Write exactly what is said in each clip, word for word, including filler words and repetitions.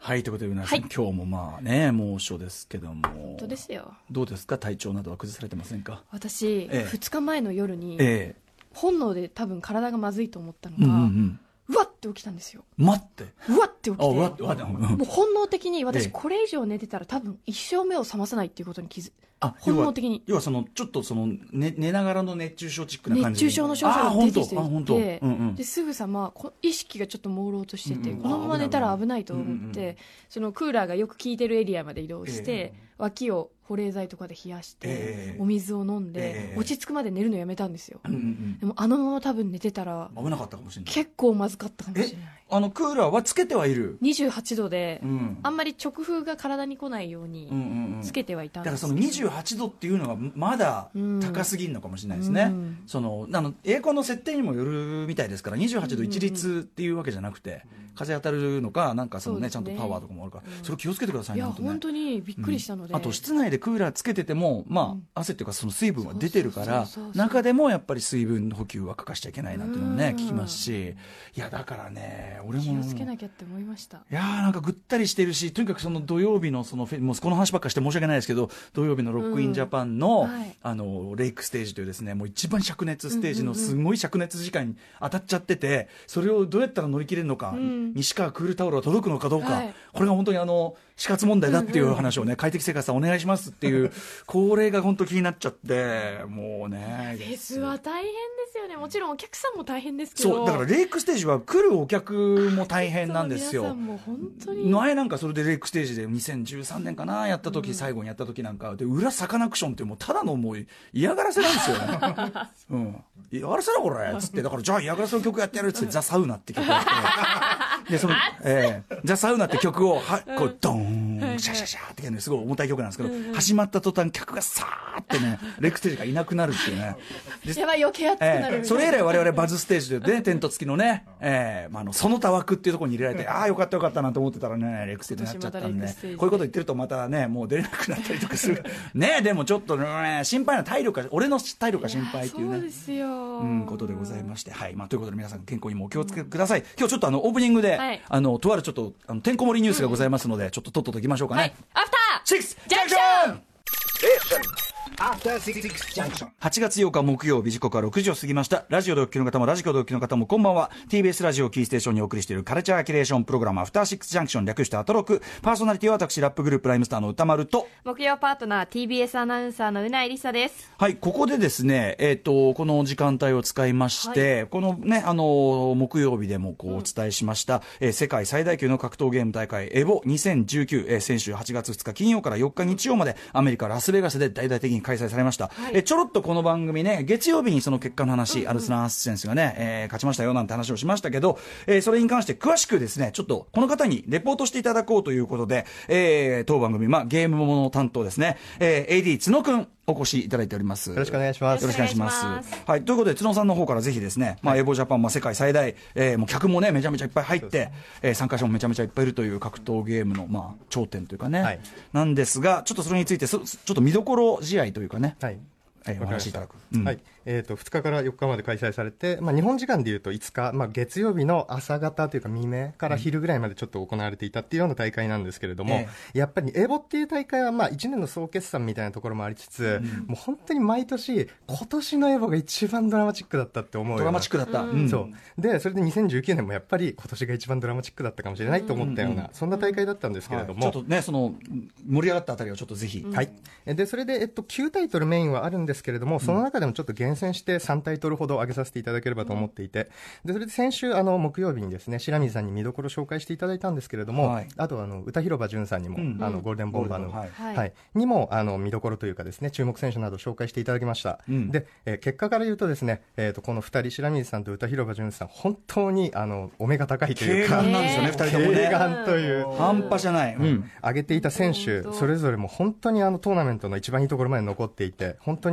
はい、ということで皆さん、はい、今日もまあね猛暑ですけども、 本当ですよ。 どうですか、体調などは崩されてませんか？ 私、ええ、ふつかまえの夜に、 ええ、 本能で多分体がまずいと思ったのが、うんうんうん、うわって起きたんですよ。 待ってうわって起きて、 あ、うわってうわって、 もう本能的に私これ以上寝てたら多分一生目を覚まさないっていうことに気づあ本能的に要はそのちょっとその 寝, 寝ながらの熱中症チックな感じ、 熱中症の症状が出てきていて、 うんうん、 ですぐさま意識がちょっと朦朧としてて、うんうん、このまま寝たら危ないと思って、うんうん、そのクーラーがよく効いてるエリアまで移動して、えー、脇を保冷剤とかで冷やして、えー、お水を飲んで、えー、落ち着くまで寝るのやめたんですよ、うんうん、でもあのまま多分寝てたら危なかったかもしれない、 結構まずかったかもしれない。 あのクーラーはつけてはいるにじゅうはちどで、うん、あんまり直風が体に来ないようにつけてはいたんですけど、 だからそのにじゅうはちどっていうのがまだ高すぎるのかもしれないですね、うん、そのあのエアコンの設定にもよるみたいですから、にじゅうはちど一律っていうわけじゃなくて、うん、風当たるのかなんかその、ねね、ちゃんとパワーとかもあるから、うん、それを気をつけてくださいね。 いや本当にびっくりしたので、 うん、あと室内でクーラーつけてても、まあうん、汗っていうかその水分は出てるから中でもやっぱり水分補給は欠かしちゃいけないなんていうのもね、うん、聞きますし、いやだからね俺も気をつけなきゃって思いました。 いやなんかぐったりしてるし、とにかくその土曜日のそのもうこの話ばっかして申し訳ないですけど、土曜日のロックインジャパンの、うんはい、あのレイクステージというですね、もう一番灼熱ステージのすごい灼熱時間に当たっちゃってて、それをどうやったら乗り切れるのか、うん、西川クールタオルが届くのかどうか、はい、これが本当にあの死活問題だっていう話をね、うんうん、快適生活さんお願いしますっていうこれが本当気になっちゃって、もうねフェスは大変ですよね。もちろんお客さんも大変ですけど、 そうだからレイクステージは来るお客も大変なんですよ。 皆さんも本当に前なんかそれでレイクステージでにせんじゅうさんねんかなやった時、うん、最後にやった時なんかで裏サカナクションってもうただのもう嫌がらせなんですよね、うん、嫌がらせだこれっつって、だからじゃあ嫌がらせの曲やってやるっつってザ・サウナって曲やってでその、えー、ザ・サウナって曲をはこうドーンシャシャシャってすごい重たい曲なんですけど、うんうん、始まった途端客がさーってねレイクステージがいなくなるっていうねやばい余計熱くなる、 えー、それ以来我々バズステージで、ね、テント付きのね、えーまあ、あのその他枠っていうところに入れられて、ああよかったよかったなと思ってたらねレイクステージになっちゃったんで、こういうこと言ってるとまたねもう出れなくなったりとかするね。でもちょっとね心配な体力が俺の体力が心配っていうね、 そうですよ、 うん、ことでございまして、はい、まあ、ということで皆さん健康にもお気をつけください、うん、今日ちょっとあのオープニングで、はい、あのとあるちょっとあのてんこ盛りニュースがございますので、うん、ちょっととっとといきましょうかね、はい、 アフターシックスジャンクションはちがつようか木曜日、時刻はろくじを過ぎました。ラジオでお聞きの方もラジコでお聞きの方もこんばんは。 ティービーエス ラジオキーステーションにお送りしているカルチャーキュレーションプログラムアフターシックスジャンクション、略してアトロク。パーソナリティは私ラップグループライムスターの歌丸と木曜パートナー ティービーエス アナウンサーのうないりさです。 はい、ここでですね、えー、とこの時間帯を使いまして、はい、このねあの木曜日でもこうお伝えしました、うんえー、世界最大級の格闘ゲーム大会エボにせんじゅうきゅう、えー、先週はちがつふつか金曜からよっか日曜までアメリカラスベガスで大々的に開催されました、はい、えー、ちょろっとこの番組ね月曜日にその結果の話、うんうん、アルスナースセンスがね、えー、勝ちましたよなんて話をしましたけど、えー、それに関して詳しくですねちょっとこの方にレポートしていただこうということで、えー、当番組、まあ、ゲームもの担当ですね、えー、エーディー 角くんお越しいただいております。 よろしくお願いします。 よろしくお願いします。はい、ということで角さんの方からぜひですね、まあ、エボジャパン、まあ、世界最大、えー、もう客もねめちゃめちゃいっぱい入って、えー、参加者もめちゃめちゃいっぱいいるという格闘ゲームの、まあ、頂点というかね、はい、なんですがちょっとそれについてちょっと見どころ試合というかね、はいはい、お話しいただく、うんはいえー、とふつかからよっかまで開催されて、まあ、日本時間でいうといつか、まあ、月曜日の朝方というか未明から昼ぐらいまでちょっと行われていたっていうような大会なんですけれども、えー、やっぱりエボっていう大会はまあいちねんの総決算みたいなところもありつつ、うん、もう本当に毎年今年のエボが一番ドラマチックだったって思うような、 ドラマチックだった、うん、 そうでそれでにせんじゅうきゅうねんもやっぱり今年が一番ドラマチックだったかもしれないと思ったような、うん、そんな大会だったんですけれども、 はい、ちょっとねその盛り上がったあたりをちょっとぜひ、 はい、でそれで、えっと、きゅうタイトルメインはあるんですけれども、その中でもちょっと厳選してさんタイトルほど上げさせていただければと思っていて、でそれで先週あの木曜日にですね白水さんに見どころを紹介していただいたんですけれども、はい、あとあの歌広場淳さんにも、うん、あのゴールデンボンバーの、はいはい、にもあの見どころというかですね注目選手などを紹介していただきました、うん、で、えー、結果から言うとですね、えー、とこのふたり白水さんと歌広場淳さん本当にあのお目が高いというか軽眼なんですよねふたりともね軽眼という半端じゃない、 うん、上げていた選手それぞれも本当にあのトーナメントの一番いいところまで残っていて本当に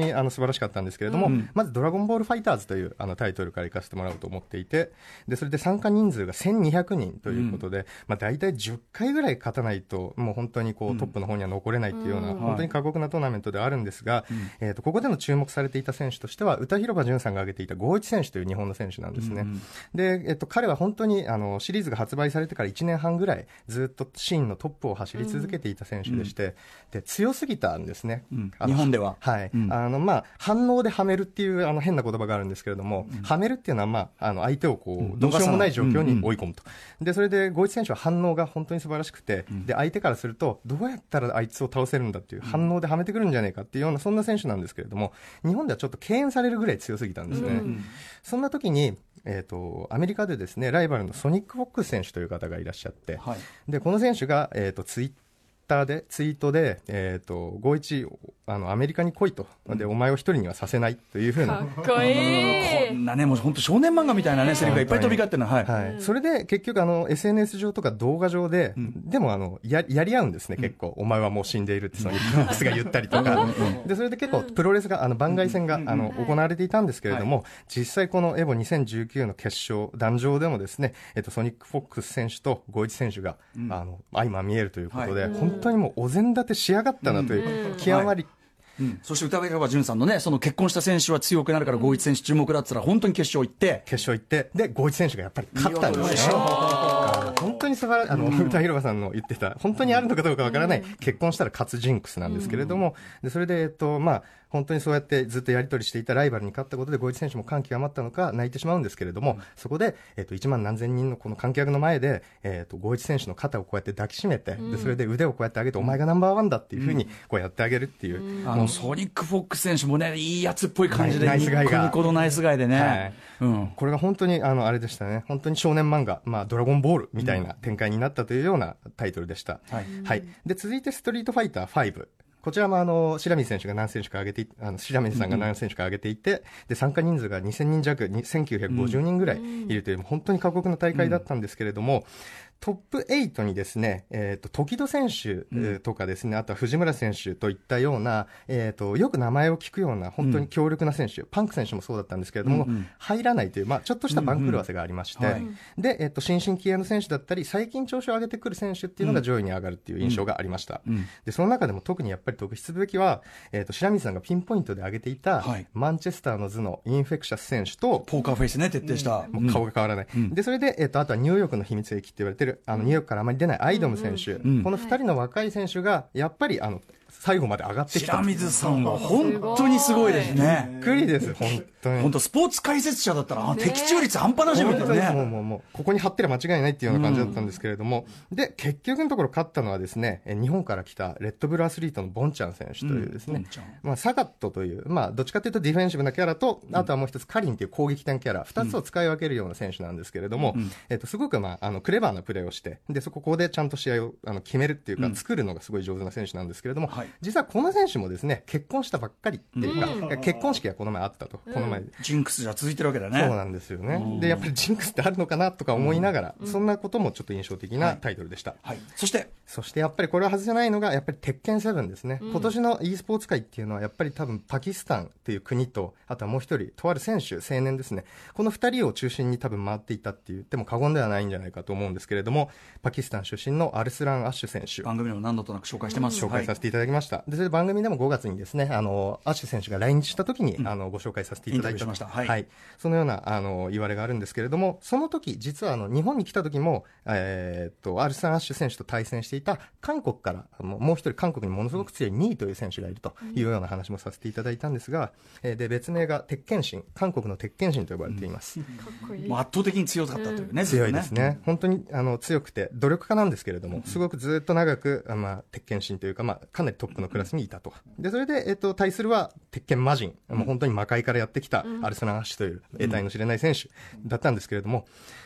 にあの素晴らしかったんですけれども、 うん、 まずドラゴンボールファイターズというあのタイトルからいかせてもらおうと思っていて、でそれで参加人数がせんにひゃくにんということで、うん、まあ、大体じゅっかいぐらい勝たないともう本当にこう、うん、トップの方には残れないというような、うん、本当に過酷なトーナメントではあるんですが、うん、えー、とここでの注目されていた選手としては歌広場淳さんが挙げていた郷一選手という日本の選手なんですね、うん、で、えー、と彼は本当にあのシリーズが発売されてからいちねんはんぐらいずっとシーンのトップを走り続けていた選手でして、うん、で強すぎたんですね、うん、 日本では、 はい、 うん、 あのまあ、反応ではめるっていうあの変な言葉があるんですけれども、うん、はめるっていうのは、まあ、あの相手をこう、うん、どうしようもない状況に追い込むと、うん、でそれで郷一選手は反応が本当に素晴らしくて、うん、で相手からするとどうやったらあいつを倒せるんだっていう反応ではめてくるんじゃないかっていうようなそんな選手なんですけれども、日本ではちょっと敬遠されるぐらい強すぎたんですね、うん、そんな時にえー、とアメリカでですねライバルのソニック・フォックス選手という方がいらっしゃって、はい、でこの選手が、えー、とツイッターでツイートで、えー、と郷一あのアメリカに来いと、でお前を一人にはさせないというふうな、 かっこいいこんなねもう本当少年漫画みたいなねセリフがいっぱい飛び交ってるの、はいはい、それで結局あの エスエヌエス 上とか動画上で、うん、でもあの や, やり合うんですね、結構、うん、お前はもう死んでいるってそのフォックスが言ったりとかでそれで結構プロレスがあの番外戦が、うん、あの行われていたんですけれども、はい、実際このエボにせんじゅうきゅうの決勝壇上でもですね、えっと、ソニック・フォックス選手と郷一選手が、うん、あの相まみえるということで、はい、本当にもうお膳立てしやがったなという、うん、極まり、はいうん、そして歌広場淳さんのね、その結婚した選手は強くなるから郷一選手注目だったら本当に決勝行って決勝行ってで郷一選手がやっぱり勝ったんですね。本当に素晴らしい、あの、うん、歌広場さんの言ってた本当にあるのかどうかわからない、うん、結婚したら勝つジンクスなんですけれども、うん、でそれでえっとまあ本当にそうやってずっとやり取りしていたライバルに勝ったことで郷一選手も感極まったのか泣いてしまうんですけれども、うん、そこで、えっと、いちまん何千人のこの観客の前で、えっと、郷一選手の肩をこうやって抱きしめて、うん、でそれで腕をこうやって上げて、うん、お前がナンバーワンだっていうふうにこうやってあげるっていう、 うん、あのソニック・フォックス選手もねいいやつっぽい感じで、はい、ナイスガイがこのナイスガイでね、はいうん、これが本当にあのあれでしたね。本当に少年漫画、まあ、ドラゴンボールみたいな展開になったというようなタイトルでした、うんはいはい、で続いてストリートファイターファイブ、こちらもあの白水選手が何選手か上げてあの白水さんが何選手か上げていて、うん、で参加人数がにせんにん弱せんきゅうひゃくごじゅうにんぐらいいるという、うん、本当に過酷な大会だったんですけれども、うんトップエイトにですね、えっと、時戸選手とかですね、うん、あとは藤村選手といったような、えっと、よく名前を聞くような、本当に強力な選手、うん、パンク選手もそうだったんですけれども、うんうん、入らないという、まあ、ちょっとした番狂わせがありまして、うんうんはい、で、えっと、新進気鋭の選手だったり、最近調子を上げてくる選手っていうのが上位に上がるっていう印象がありました。うんうん、で、その中でも特にやっぱり特筆すべきは、えっと、白水さんがピンポイントで上げていた、はい、マンチェスターの頭脳、インフェクシャス選手と、 ポーカーフェイスね、徹底した。 もう顔が変わらない。うん、で、それで、えっと、あとはニューヨークの秘密兵器って言われてる、あの、ニューヨークからあまり出ないアイドム選手、うんうん、このふたりの若い選手がやっぱりあの最後まで上がってきた。 白水さんは本当にすごいですね。 びっくりです本当に。 本当スポーツ解説者だったら、ね、的中率半端なしみたいなね。 もうもうもうここに貼ってら間違いないっていうような感じだったんですけれども、うん、で結局のところ勝ったのはですね、日本から来たレッドブルアスリートのボンちゃん選手というですね、うんまあ、サガットという、まあ、どっちかというとディフェンシブなキャラと、あとはもう一つカリンという攻撃的キャラふたつを使い分けるような選手なんですけれども、うんえっと、すごく、まあ、あのクレバーなプレーをしてでそここでちゃんと試合をあの決めるっていうか、うん、作るのがすごい上手な選手なんですけれども、はい、実はこの選手もですね結婚したばっかりっていうか、うん、結婚式がこの前あったと、うん、この前ジンクスじゃ続いてるわけだね。 そうなんですよね。でやっぱりジンクスってあるのかなとか思いながら、うん、そんなこともちょっと印象的なタイトルでした、 はいはい、そしてそしてやっぱりこれは外せないのがやっぱり鉄拳セブンですね、うん、今年の e スポーツ界っていうのはやっぱり多分パキスタンっていう国とあとはもう一人とある選手青年ですね、このふたりを中心に多分回っていたって言っても過言ではないんじゃないかと思うんですけれども、パキスタン出身のアルスラン・アッシュ選手、 番組でも何度となく紹介してます、 紹介させていただきました、はい、でそれで番組でもごがつにですねあのアッシュ選手が来日した時に、うん、あのご紹介させていただいた、 はいはい、そのようなあの言われがあるんですけれども、その時実はあの日本に来た時も、えー、っとアルスラン・アッシュ選手と対戦していた韓国からもう一人韓国にものすごく強いにいという選手がいるというような話もさせていただいたんですが、うん、で別名が鉄拳神、韓国の鉄拳神と呼ばれています、うん、 かっこいい。 もう圧倒的に強かったというね、うん、 強いですね、本当にあの強くて努力家なんですけれども、すごくずっと長く、まあ、鉄拳神というか、まあ、かなりトップのクラスにいたと。でそれで、えっと、対するは鉄拳魔人、うん、もう本当に魔界からやってきたアルスラン・アッシュという得体の知れない選手だったんですけれども、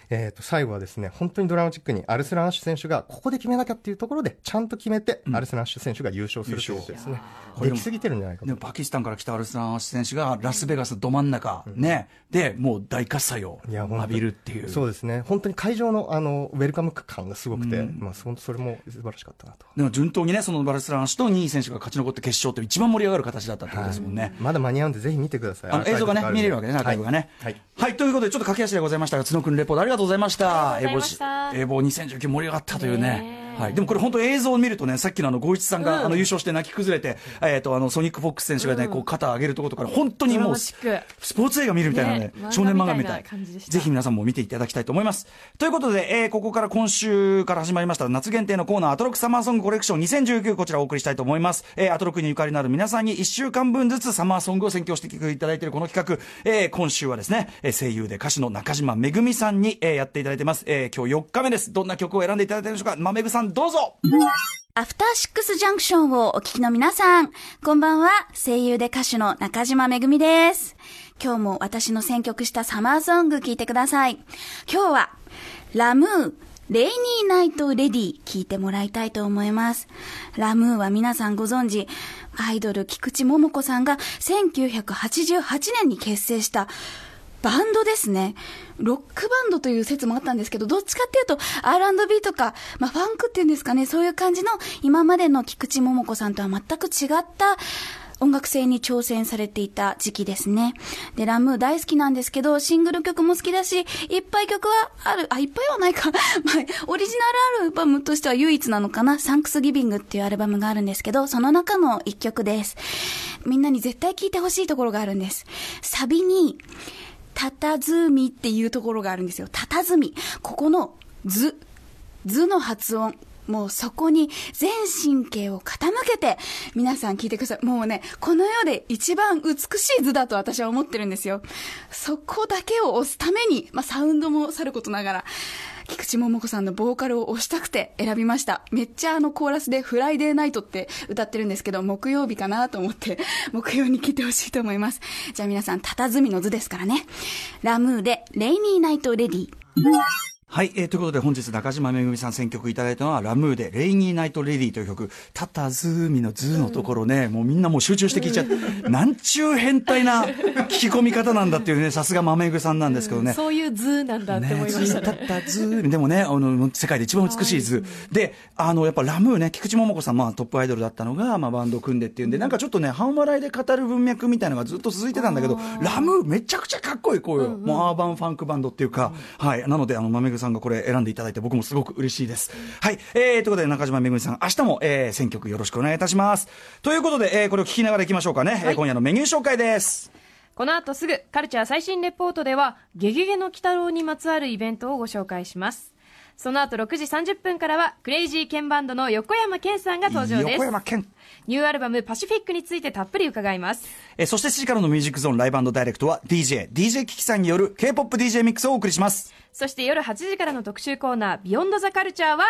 えー、と最後はですね、本当にドラマチックにアルスラン・アッシュ選手がここで決めなきゃっていうところでちゃんと決めて、うん、アルスラン・アッシュ選手が優勝するということですね。できすぎてるんじゃないかと。 でもパキスタンから来たアルスラン・アッシュ選手がラスベガスど真ん中、うん、ね、でもう大喝采を浴びるっていう。 そうですね、本当に会場のあのウェルカム感がすごくて、うん、まあ、そ, それも素晴らしかったなと。 でも順当にね、そのアルスラン・アッシュとにい選手が勝ち残って決勝という一番盛り上がる形だったってことですもんね、はい、 まだ間に合うんでぜひ見てください。 あの映像がね見れるわけね、アーカイブがね、はいはいはい、ということでちょっと駆け足でございましたが、角君レポートありがとうございました。エボエボにせんじゅうきゅう盛り上がったというね。はい、でもこれ本当映像を見るとね、さっきのあの郷一さんが、うん、あの優勝して泣き崩れて、えー、とあのソニック・フォックス選手がね、うん、こう肩を上げるところとか本当にもうスポーツ映画見るみたいなね、ね、少年漫画みたい、ぜひ皆さんも見ていただきたいと思います。ということで、えー、ここから今週から始まりました夏限定のコーナーアトロクサマーソングコレクションにせんじゅうきゅう、こちらをお送りしたいと思います。えー、アトロクにゆかりのある皆さんにいっしゅうかんぶんずつサマーソングを選挙していただいているこの企画、えー、今週はですね、声優で歌手の中島めぐみさんに、えー、やっていただいてます。えー、今日よっかめです。どんな曲を選んでいただいているでしょうか。まめぐさんどうぞ。 アフターシックスジャンクションをお聞きの皆さん、こんばんは。声優で歌手の中島めぐみです。今日も私の選曲したサマーソング聞いてください。今日はラムーレイニーナイトレディ聞いてもらいたいと思います。ラムーは皆さんご存知、アイドル菊池桃子さんがせんきゅうひゃくはちじゅうはちねんに結成したバンドですね。ロックバンドという説もあったんですけど、どっちかっていうと アールアンドビー とか、まあ、ファンクっていうんですかね、そういう感じの今までの菊池桃子さんとは全く違った音楽性に挑戦されていた時期ですね。で、ラムー大好きなんですけど、シングル曲も好きだし、いっぱい曲はある、あ、いっぱいはないか。まあ、オリジナルアルバムとしては唯一なのかな。サンクスギビングっていうアルバムがあるんですけど、その中の一曲です。みんなに絶対聴いてほしいところがあるんです。サビに、たたずみっていうところがあるんですよ。たたずみ。ここのず、ずの発音。もうそこに全神経を傾けて皆さん聞いてください。もうね、この世で一番美しい図だと私は思ってるんですよ。そこだけを押すために、まあサウンドもさることながら、菊池桃子さんのボーカルを押したくて選びました。めっちゃあのコーラスでフライデーナイトって歌ってるんですけど、木曜日かなと思って木曜に聴いてほしいと思います。じゃあ皆さん、たたずみの図ですからね。ラムーでレイニーナイトレディ。 はい、えー、ということで本日中島めぐみさん選曲いただいたのはラムーでレイニーナイトレディという曲。たたずみのずのところね、うん、もうみんなもう集中して聞いちゃって、うん、なんちゅう変態な聞き込み方なんだっていうね、さすがまめぐさんなんですけどね、うん、 そういう図なんだって思いましたね。 たたずみでもね、あの世界で一番美しい図で、あのやっぱラムーね、菊池桃子さん、まあ、トップアイドルだったのが、まあ、バンド組んでっていうんで、なんかちょっとね半笑いで語る文脈みたいなのがずっと続いてたんだけど、ラムーめちゃくちゃかっこいいこういう、うんうん、もうアーバンファンクバンドっていうか、うん、はい、なのであのまめぐさんがこれ選んでいただいて僕もすごく嬉しいです。はい、えー、ということで中島めぐみさん明日も、えー、選曲よろしくお願いいたします。ということで、えー、これを聞きながらいきましょうかね、はい、えー、今夜のメニュー紹介です。 この後すぐカルチャー最新レポートではゲゲゲの鬼太郎にまつわるイベントをご紹介します。その後ろくじさんじゅっぷんからはクレイジーケンバンドの横山健さんが登場です。 横山健、 ニューアルバムパシフィックについてたっぷり伺います。 えそしてしちじからのミュージックゾーンライブ&ダイレクトは ディージェー、ディージェー キキさんによる K-ポップ ディージェー ミックスをお送りします。 そして夜はちじからの特集コーナービヨンドザカルチャーは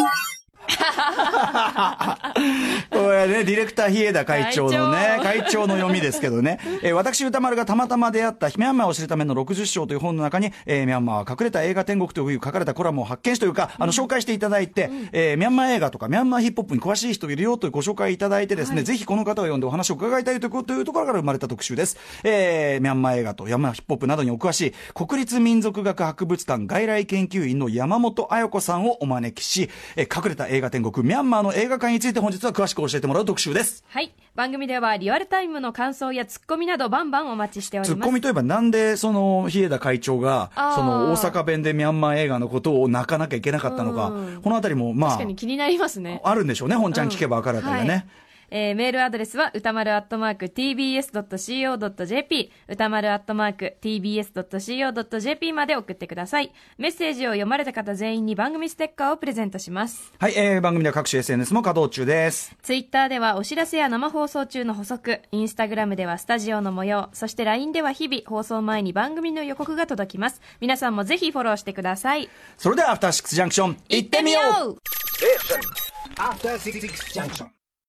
これね、ディレクター日枝会長のね会長の読みですけどね、えー、私歌丸がたまたま出会ったミャンマーを知るためのろくじゅっ章という本の中に、えー、ミャンマーは隠れた映画天国という書かれたコラムを発見しというか、あの紹介していただいて、うん、えー、ミャンマー映画とかミャンマーヒップホップに詳しい人いるよというご紹介いただいてですね、はい、ぜひこの方を呼んでお話を伺いたいという、というところから生まれた特集です。えー、ミャンマー映画とミャンマーヒップホップなどにお詳しい国立民族学博物館外来研究員の山本彩子さんをお招きし、えー、隠れた映画天国ミャンマーの映画館について本日は詳しく教えてもらう特集です。 はい、番組ではリアルタイムの感想やツッコミなどバンバンお待ちしております。 ツッコミといえばなんでその日枝会長がその大阪弁でミャンマー映画のことを泣かなきゃいけなかったのか、このあたりもまあ確かに気になりますね。 あるんでしょうね、本ちゃん聞けば分かるあたりがね、うん、はい、 えー、メールアドレスは歌丸アットマーク ティービーエスドットシーオードットジェーピー 歌丸アットマーク ティービーエスドットシーオードットジェーピー まで送ってください。メッセージを読まれた方全員に番組ステッカーをプレゼントします。 はい、えー、番組では各種 エスエヌエス も稼働中です。 ツイッターではお知らせや生放送中の補足、インスタグラムではスタジオの模様、そして ライン では日々放送前に番組の予告が届きます。皆さんもぜひフォローしてください。 それではアフターシックスジャンクション行ってみよう。 アフターシックスジャンクション。